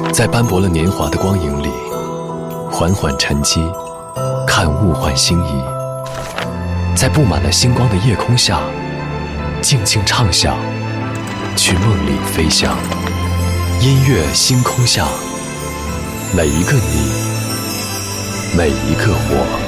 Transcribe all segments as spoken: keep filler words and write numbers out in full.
在斑驳了年华的光影里，缓缓沉积，看物换星移。在布满了星光的夜空下，静静畅想，去梦里飞翔。音乐星空下，每一个你，每一个我。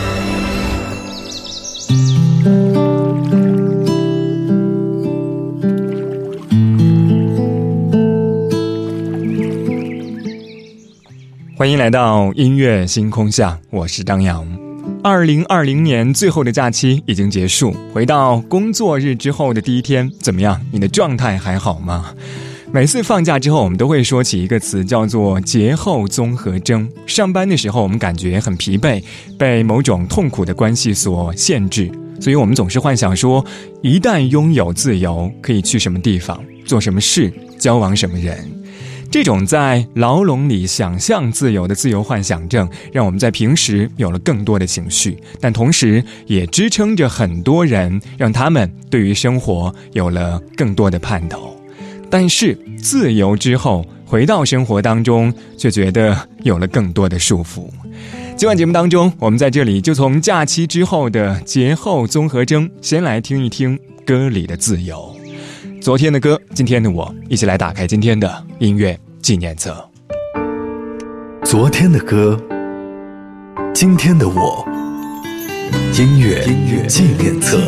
欢迎来到音乐星空下，我是张扬。二零二零年最后的假期已经结束，回到工作日之后的第一天，怎么样？你的状态还好吗？每次放假之后，我们都会说起一个词，叫做节后综合征。上班的时候，我们感觉很疲惫，被某种痛苦的关系所限制，所以我们总是幻想说，一旦拥有自由，可以去什么地方，做什么事，交往什么人。这种在牢笼里想象自由的自由幻想症，让我们在平时有了更多的情绪，但同时也支撑着很多人，让他们对于生活有了更多的盼头。但是自由之后，回到生活当中，却觉得有了更多的束缚。今晚节目当中，我们在这里就从假期之后的节后综合征，先来听一听歌里的自由。昨天的歌，今天的我，一起来打开今天的音乐纪念册。 昨天的歌，今天的我，音乐纪念册。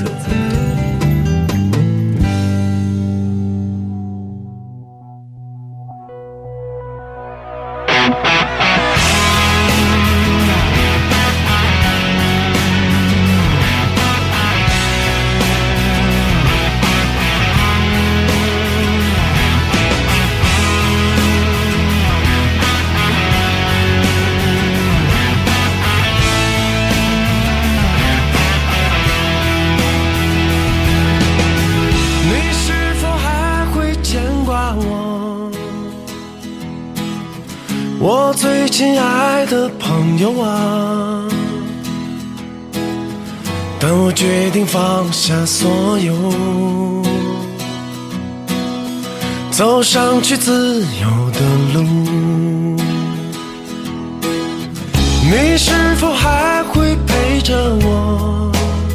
我最亲爱的朋友啊，当我决定放下所有，走上去自由的路，你是否还会陪着我？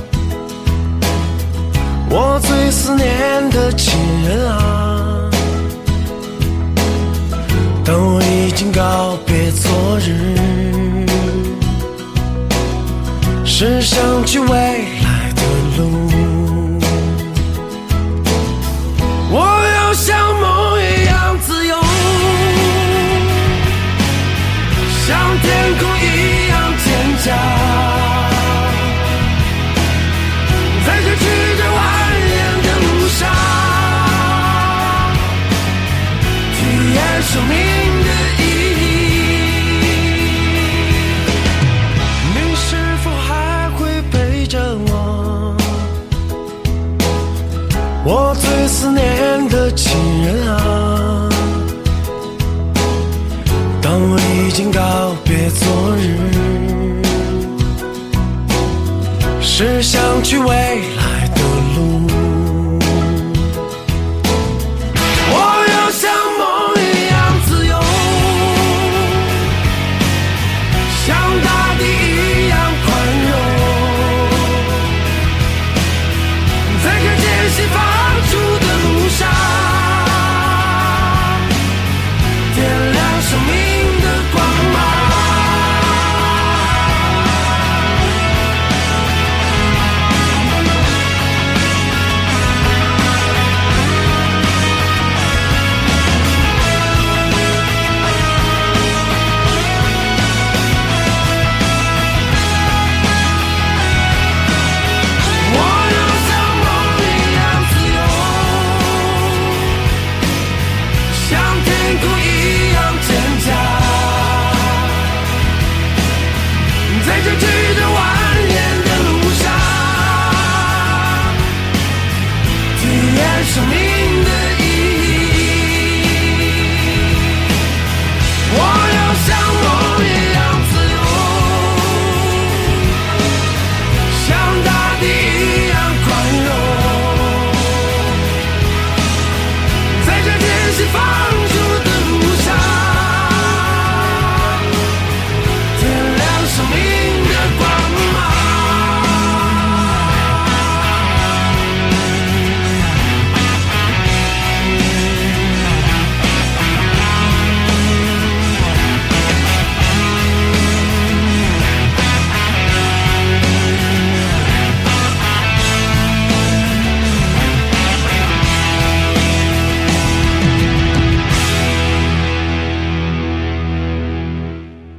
我最思念的亲人啊，当我已经告别昨日，是想去未来的路，我要像梦一样自由，像天空一样坚强，在这曲折蜿蜒的路上，体验生命我最思念的亲人啊，当我已经告别昨日，是想去未来的路，我要像梦一样自由，像大地一样宽容，在这艰辛放出的路上，点亮生命的光芒。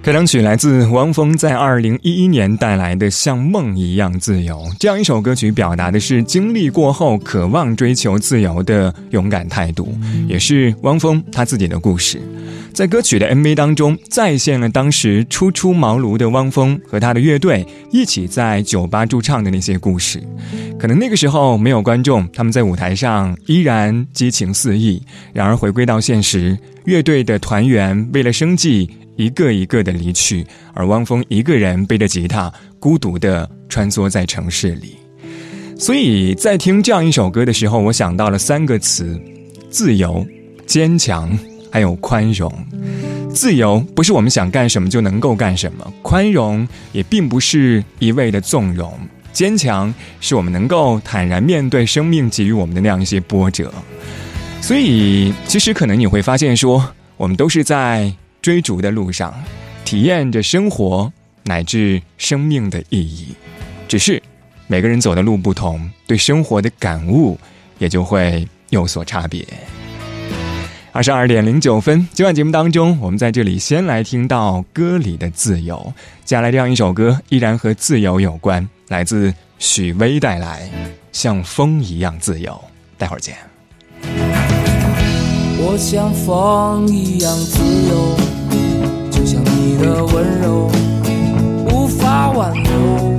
开场曲来自汪峰在二零一一年带来的《像梦一样自由》，这样一首歌曲表达的是经历过后渴望追求自由的勇敢态度，也是汪峰他自己的故事。在歌曲的 M V 当中再现了当时初出茅庐的汪峰和他的乐队一起在酒吧驻唱的那些故事。可能那个时候没有观众，他们在舞台上依然激情四溢，然而回归到现实，乐队的团员为了生计一个一个的离去，而汪峰一个人背着吉他孤独地穿梭在城市里。所以在听这样一首歌的时候，我想到了三个词：自由、坚强还有宽容。自由不是我们想干什么就能够干什么，宽容也并不是一味的纵容，坚强是我们能够坦然面对生命给予我们的那样一些波折。所以其实可能你会发现说，我们都是在追逐的路上，体验着生活乃至生命的意义，只是每个人走的路不同，对生活的感悟也就会有所差别。二十二点零九分，今晚节目当中，我们在这里先来听到歌里的自由。接下来这样一首歌依然和自由有关，来自许巍带来《像风一样自由》。待会儿见。 我像风一样自由，就像你的温柔无法挽留。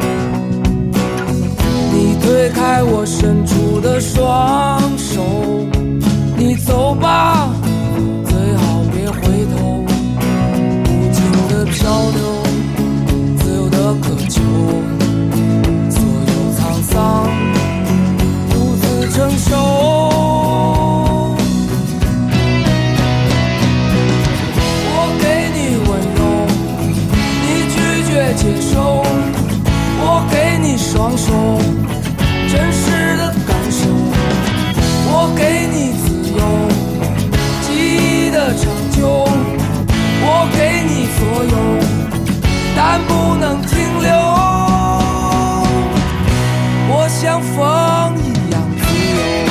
你推开我伸出的双手，你走吧，最好别回头。无尽的漂流，自由的渴求，所有沧桑独自承受。接受，我给你双手，真实的感受，我给你自由，记忆的长久，我给你所有，但不能停留。我像风一样自由。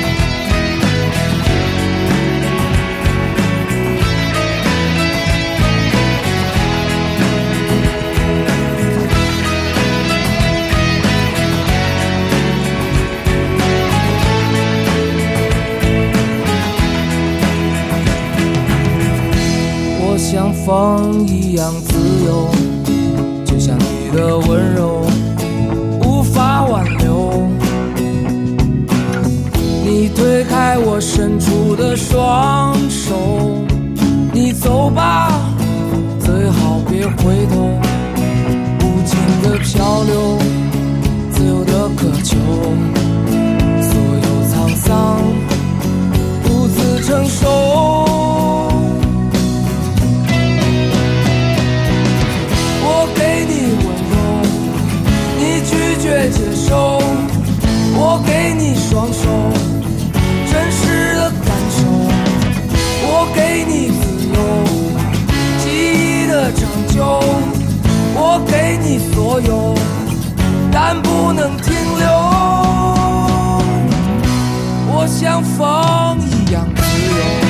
像风一样自由，就像你的温柔无法挽留。你推开我伸出的双手，你走吧，最好别回头。无尽的漂流，自由的渴求，所有沧桑独自承受。接受，我给你双手，真实的感受，我给你自由，记忆的长久，我给你所有，但不能停留。我像风一样自由。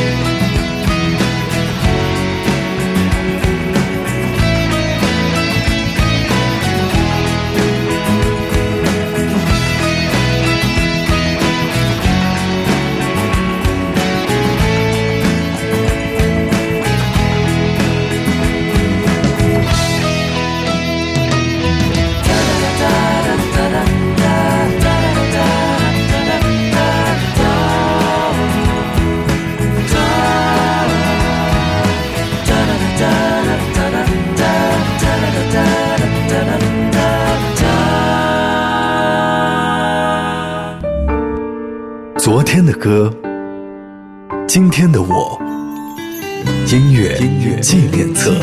昨天的歌，今天的我，音乐纪念册。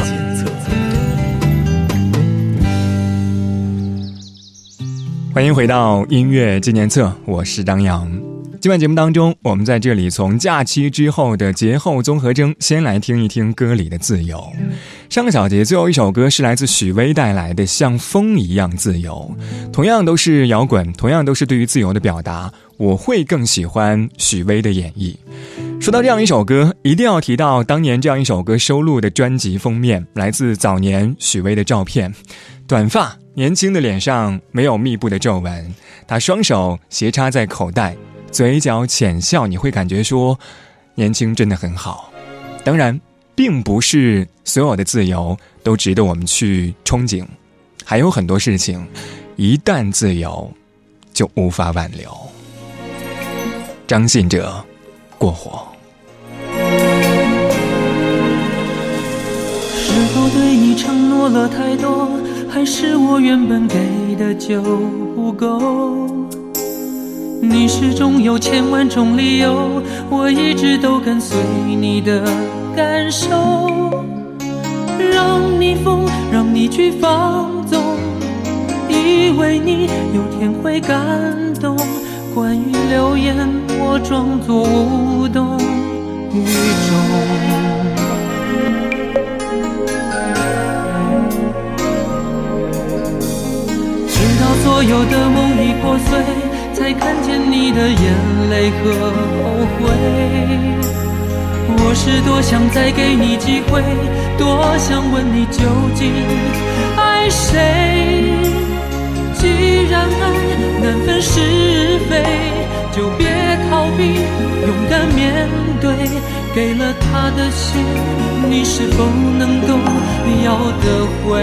欢迎回到音乐纪念册，我是张扬。今晚节目当中，我们在这里从假期之后的节后综合征，先来听一听歌里的自由。上个小节最后一首歌是来自许巍带来的《像风一样自由》，同样都是摇滚，同样都是对于自由的表达，我会更喜欢许巍的演绎。 说到这样一首歌，一定要提到当年这样一首歌收录的专辑封面，来自早年许巍的照片。短发，年轻的脸上没有密布的皱纹，他双手斜插在口袋，嘴角浅笑，你会感觉说年轻真的很好。当然并不是所有的自由都值得我们去憧憬，还有很多事情一旦自由就无法挽留。张信哲，过火。 是否对你承诺了太多，还是我原本给的就不够？你始终有千万种理由，我一直都跟随你的感受，让你疯，让你去放纵，以为你有天会感动。关于流言，我装作无动于衷。直到所有的梦已破碎，才看见你的眼泪和后悔。我是多想再给你机会，多想问你究竟爱谁。既然爱难分是非，就别逃避，勇敢面对。给了他的心，你是否能够要得回？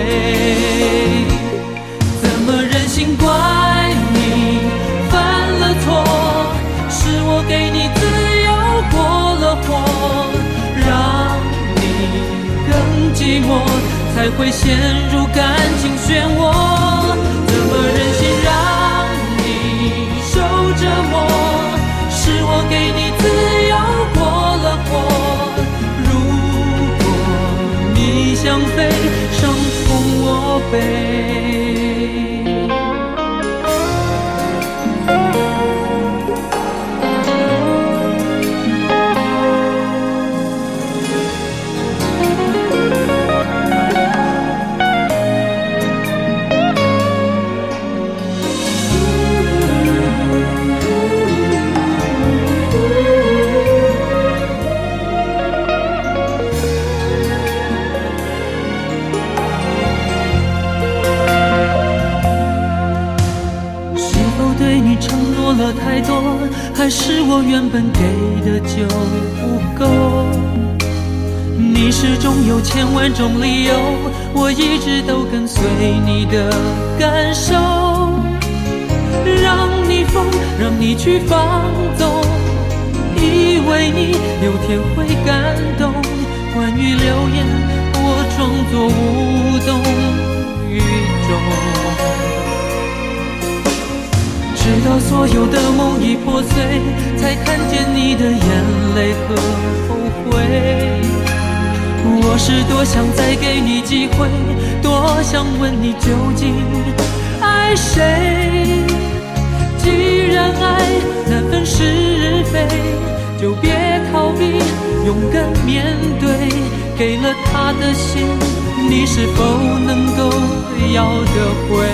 怎么忍心怪你犯了错？是我给你自由过了火，让你更寂寞，才会陷入感情漩涡。怎么忍心让你受折磨？是我给你自由过了火。如果你想飞，伤痛我背。了太多，还是我原本给的就不够？你始终有千万种理由，我一直都跟随你的感受，让你疯，让你去放纵，以为你有天会感动。关于流言，我装作无动于衷。直到所有的梦已破碎，才看见你的眼泪和后悔。我是多想再给你机会，多想问你究竟爱谁。既然爱难分是非，就别逃避，勇敢面对。给了他的心，你是否能够要得回？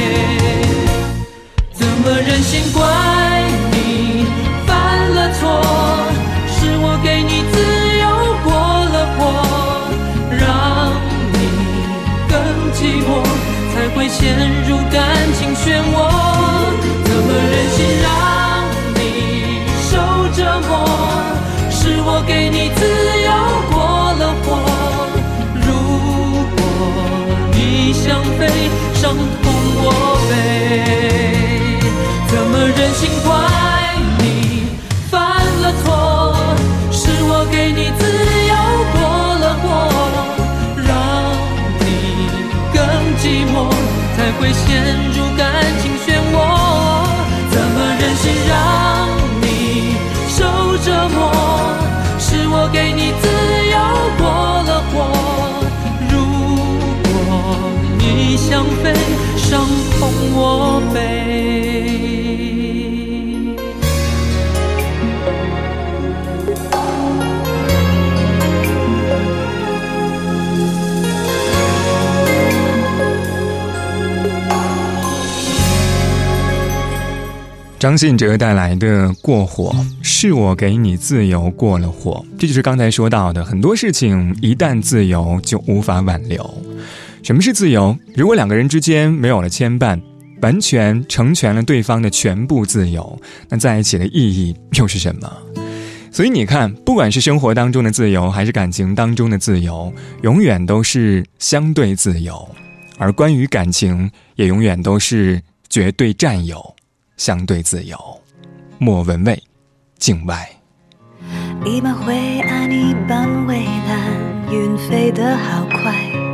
怎么忍心怪你犯了错？是我给你自由过了火，让你更寂寞，才会陷入感情漩涡。怎么忍心让你受折磨？是我给你自由过了火。如果你想飞，伤痛我背。怎么忍心怪你犯了错？是我给你自由过了火，让你更寂寞，才会陷入感情漩涡。怎么忍心让你受折磨？是我给你自由过了火。如果你想飞，伤痛我背。 张信哲带来的过火，是我给你自由过了火。这就是刚才说到的，很多事情一旦自由就无法挽留。什么是自由？如果两个人之间没有了牵绊，完全成全了对方的全部自由，那在一起的意义又是什么？所以你看，不管是生活当中的自由，还是感情当中的自由，永远都是相对自由，而关于感情，也永远都是绝对占有，相对自由。莫文蔚，境外。 一半灰暗，一半蔚蓝，云飞得好快。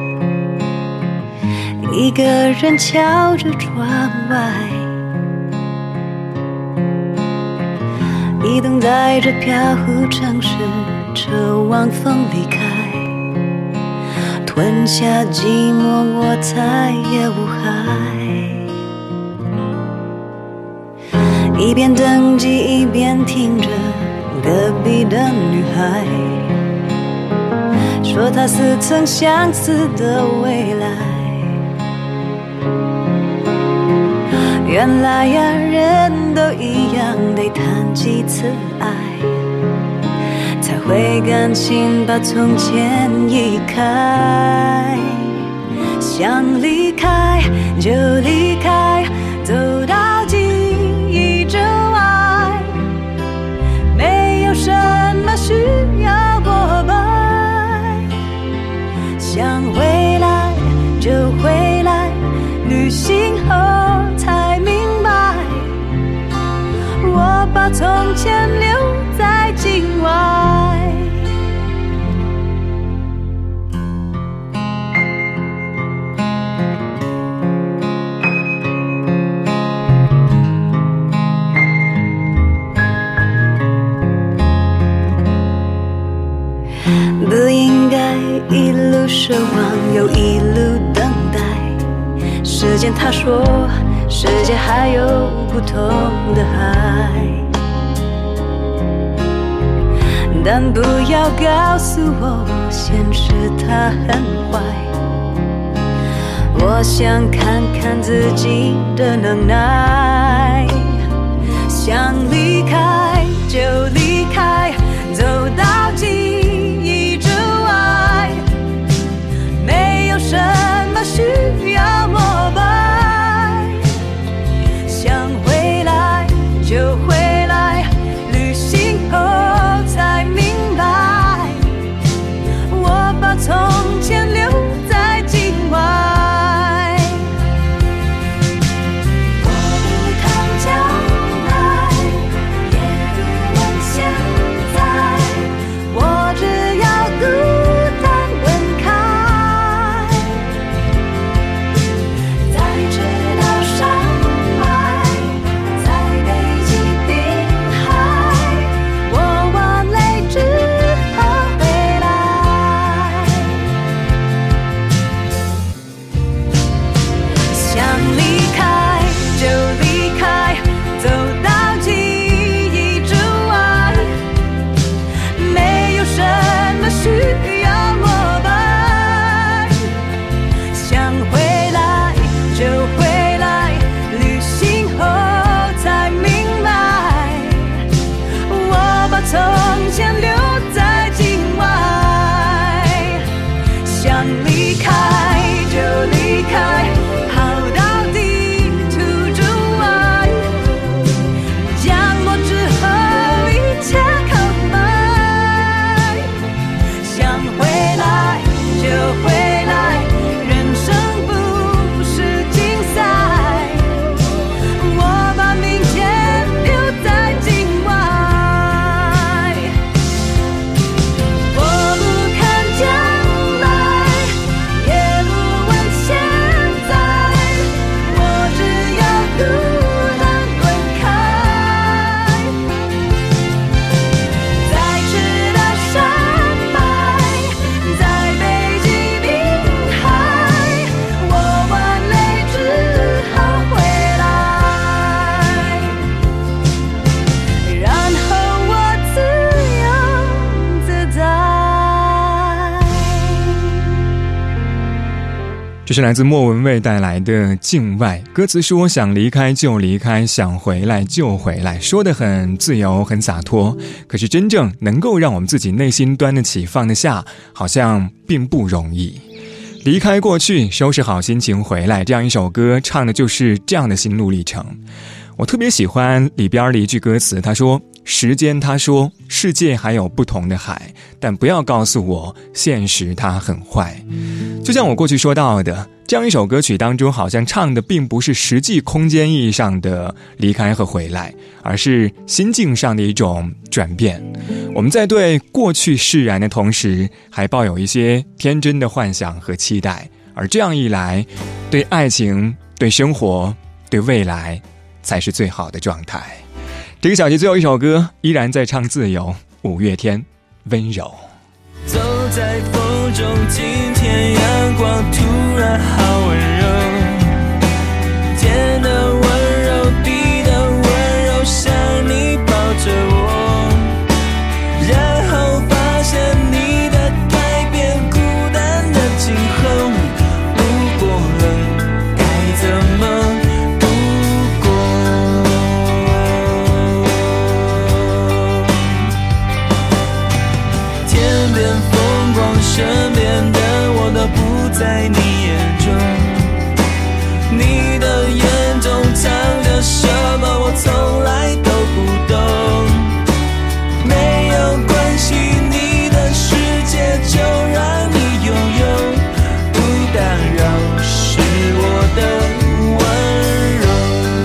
一个人瞧着窗外，一等待着飘忽城市，车往风离开，吞下寂寞，我再也无害。一边等机，一边听着隔壁的女孩说她似曾相识的未来。原来呀，人都一样，得谈几次爱，才会甘心把从前移开。想离开就离开，走到记忆之外，没有什么需要过败。想回来就回来，旅行后才明白，我把从前留在境外。不应该一路奢望又一路等待，时间他说世界还有不同的海，但不要告诉我现实它很坏。我想看看自己的能耐，想离开就离开，走到记忆之外，没有什么需要膜拜。想回来就回来，旅行后才明白，我把从前留在境外。我一趟江来，夜入温这是来自莫文蔚带来的《境外》，歌词说想离开就离开，想回来就回来，说得很自由很洒脱，可是真正能够让我们自己内心端得起放得下，好像并不容易。离开过去，收拾好心情回来，这样一首歌唱的就是这样的心路历程。我特别喜欢里边的一句歌词，他说时间他说世界还有不同的海，但不要告诉我现实它很坏。就像我过去说到的，这样一首歌曲当中好像唱的并不是实际空间意义上的离开和回来，而是心境上的一种转变。我们在对过去释然的同时，还抱有一些天真的幻想和期待，而这样一来，对爱情对生活对未来才是最好的状态。这个小节最后一首歌依然在唱自由，五月天温柔。 走在风中，今天阳光突然好温柔，天的温柔，地的温柔，像你抱着我，然后发现你的改变，孤单的今后，路过了该怎么度过？天边风光，身边的我都不在你眼中，你的眼中藏着什么，我从来都不懂。没有关系，你的世界就让你拥有，不打扰是我的温柔。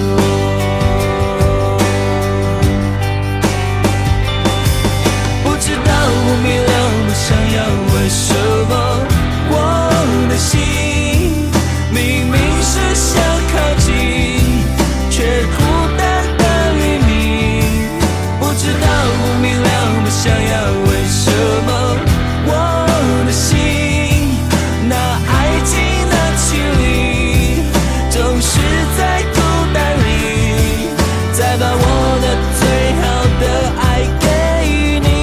不知道不明了不想要，为什么我的心明明是想靠近，却孤单的黎明。不知道不明了不想要，为什么我的心那爱情的距离，总是在孤单里，再把我的最好的爱给你。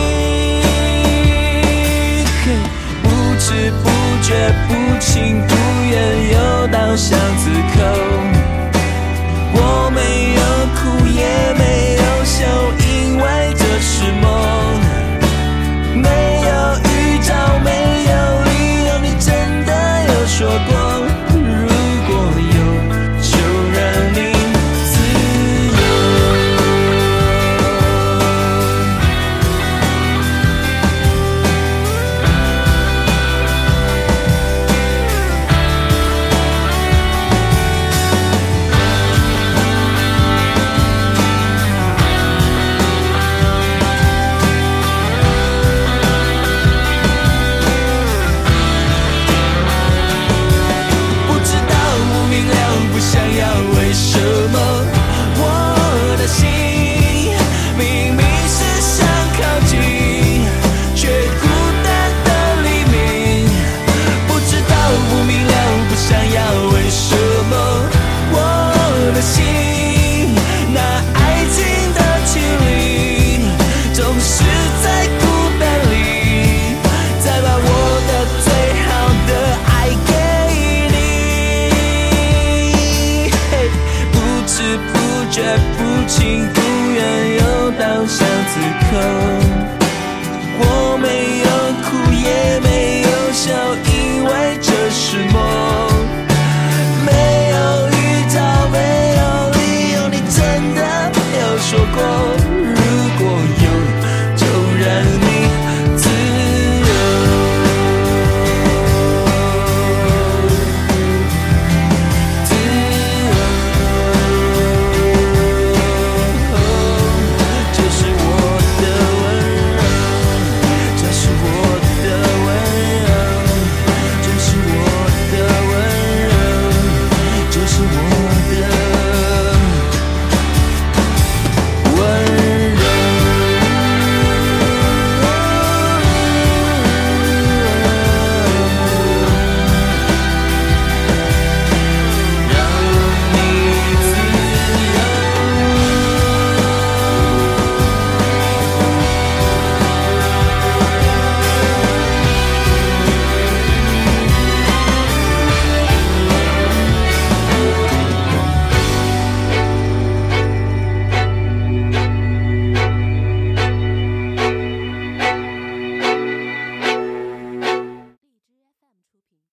不知不觉，不情不愿，又到巷子口，我没有哭也没有笑，因为这是梦。没有预兆，没有理由，你真的有说过，如果有就让你自由。不知道不明了不想要，为什么我的心明明是想靠近，却孤单的黎明。不知道不明了不想要，为什么我的心那爱情的距离，总是在孤单里，再把我的最好的爱给你。嘿不知不觉，不情